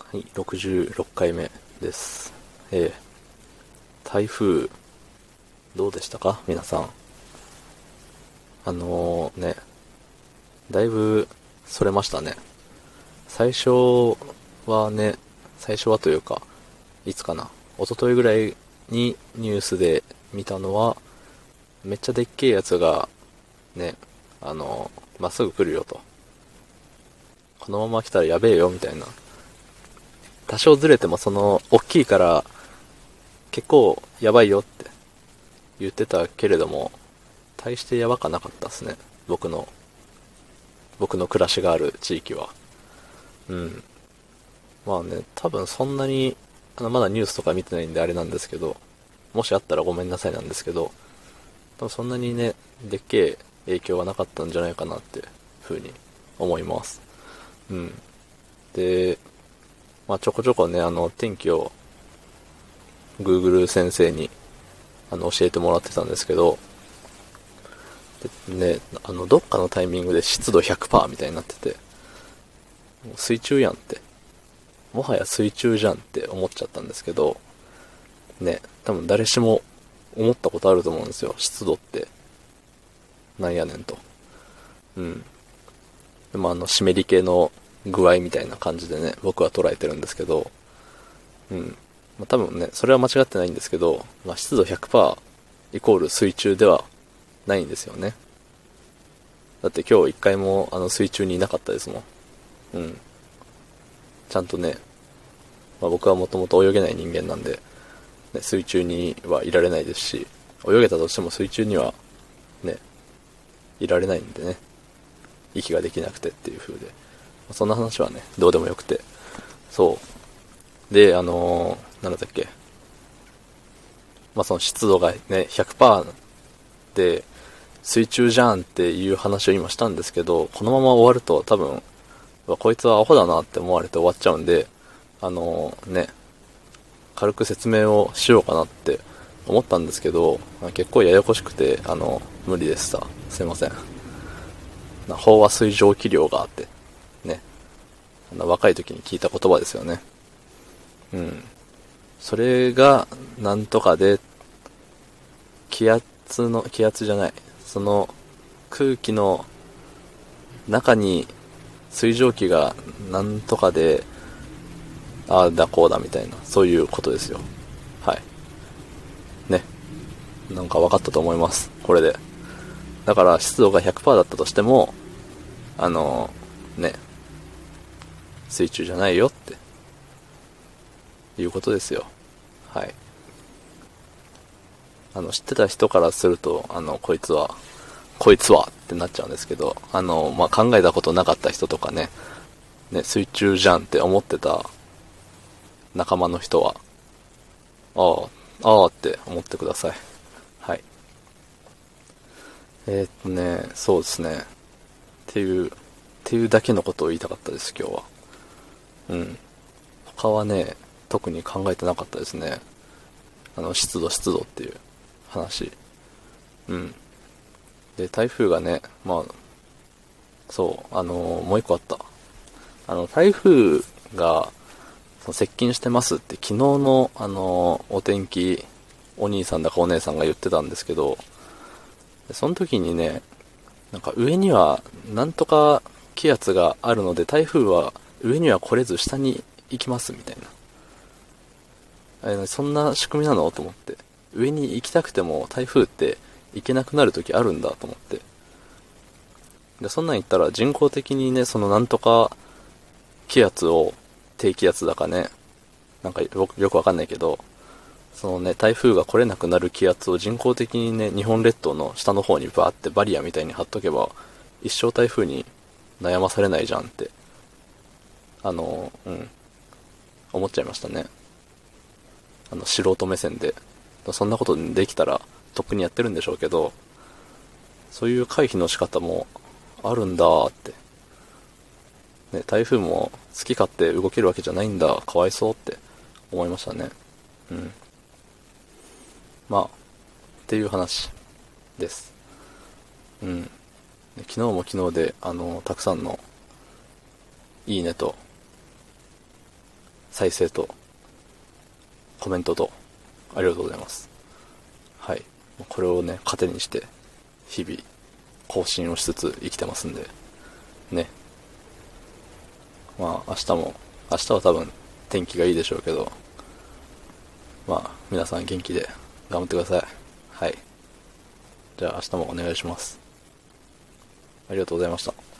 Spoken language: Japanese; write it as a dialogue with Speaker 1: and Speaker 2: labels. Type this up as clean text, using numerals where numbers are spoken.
Speaker 1: はい、66回目です。台風、どうでしたか皆さん。ね、だいぶ、それましたね。最初はね、最初はというか、いつかな、一昨日ぐらいにニュースで見たのは、めっちゃでっけえやつが、ね、まっすぐ来るよと。このまま来たらやべえよ、みたいな。多少ずれても大きいから、結構やばいよって言ってたけれども、大してやばかなかったですね。僕の暮らしがある地域は。うん。まあね、多分そんなに、まだニュースとか見てないんであれなんですけど、もしあったらごめんなさいなんですけど、多分そんなにね、でっけえ影響はなかったんじゃないかなってふうに思います。うん。で、まあちょこちょこね、天気を Google 先生に教えてもらってたんですけど、でね、どっかのタイミングで湿度100%みたいになってて、もう水中やんって。もはや水中じゃんって思っちゃったんですけど、ね、多分誰しも思ったことあると思うんですよ。湿度ってなんやねんと。うん。でも湿り気の具合みたいな感じでね、僕は捉えてるんですけど、うん。まあ、多分ね、それは間違ってないんですけど、まあ、湿度100%イコール水中ではないんですよね。だって今日一回も水中にいなかったですもん。うん。ちゃんとね、まあ、僕はもともと泳げない人間なんで、ね、水中にはいられないですし、泳げたとしても水中にはね、いられないんでね、息ができなくてっていう風で、そんな話はね、どうでもよくて、そう。で、なんだっけ、まあ、その湿度がね、100%で、水中じゃんっていう話を今したんですけど、このまま終わると多分、こいつはアホだなって思われて終わっちゃうんで、ね、軽く説明をしようかなって思ったんですけど、結構ややこしくて、無理でした。すいません。飽和水蒸気量があって、ね、若い時に聞いた言葉ですよね。うん。それが、なんとかで、気圧じゃない。その、空気の中に水蒸気がなんとかで、ああだこうだみたいな、そういうことですよ。はい。ね。なんか分かったと思います。これで。だから湿度が100%だったとしても、ね、水中じゃないよっていうことですよ。はい。知ってた人からすると、こいつはってなっちゃうんですけど、まあ、考えたことなかった人とかね、水中じゃんって思ってた仲間の人は、ああって思ってください。はい。そうですね。っていうだけのことを言いたかったです、今日は。うん。他はね、特に考えてなかったですね。湿度っていう話。うん。で、台風がね、まあ、そう、もう一個あった。台風が、接近してますって昨日の、お天気、お兄さんだかお姉さんが言ってたんですけど、その時にね、なんか上にはなんとか気圧があるので台風は上には来れず下に行きますみたいな。そんな仕組みなのと思って。上に行きたくても台風って行けなくなる時あるんだと思って。で、そんなん言ったら人工的にね、そのなんとか気圧を低気圧だかね、なんかよくわかんないけど、そのね、台風が来れなくなる気圧を人工的にね、日本列島の下の方にバーってバリアみたいに張っとけば、一生台風に悩まされないじゃんって、うん、思っちゃいましたね。素人目線で。そんなことできたら、とっくにやってるんでしょうけど、そういう回避の仕方もあるんだって。ね、台風も好き勝手動けるわけじゃないんだ、かわいそうって思いましたね。うん。まあ、っていう話です。うん。昨日も昨日で、たくさんのいいねと再生とコメントとありがとうございます。はい。これをね、糧にして日々更新をしつつ生きてますんでね。まあ明日は多分天気がいいでしょうけど、まあ皆さん元気で頑張ってください。はい。じゃあ明日もお願いします。ありがとうございました。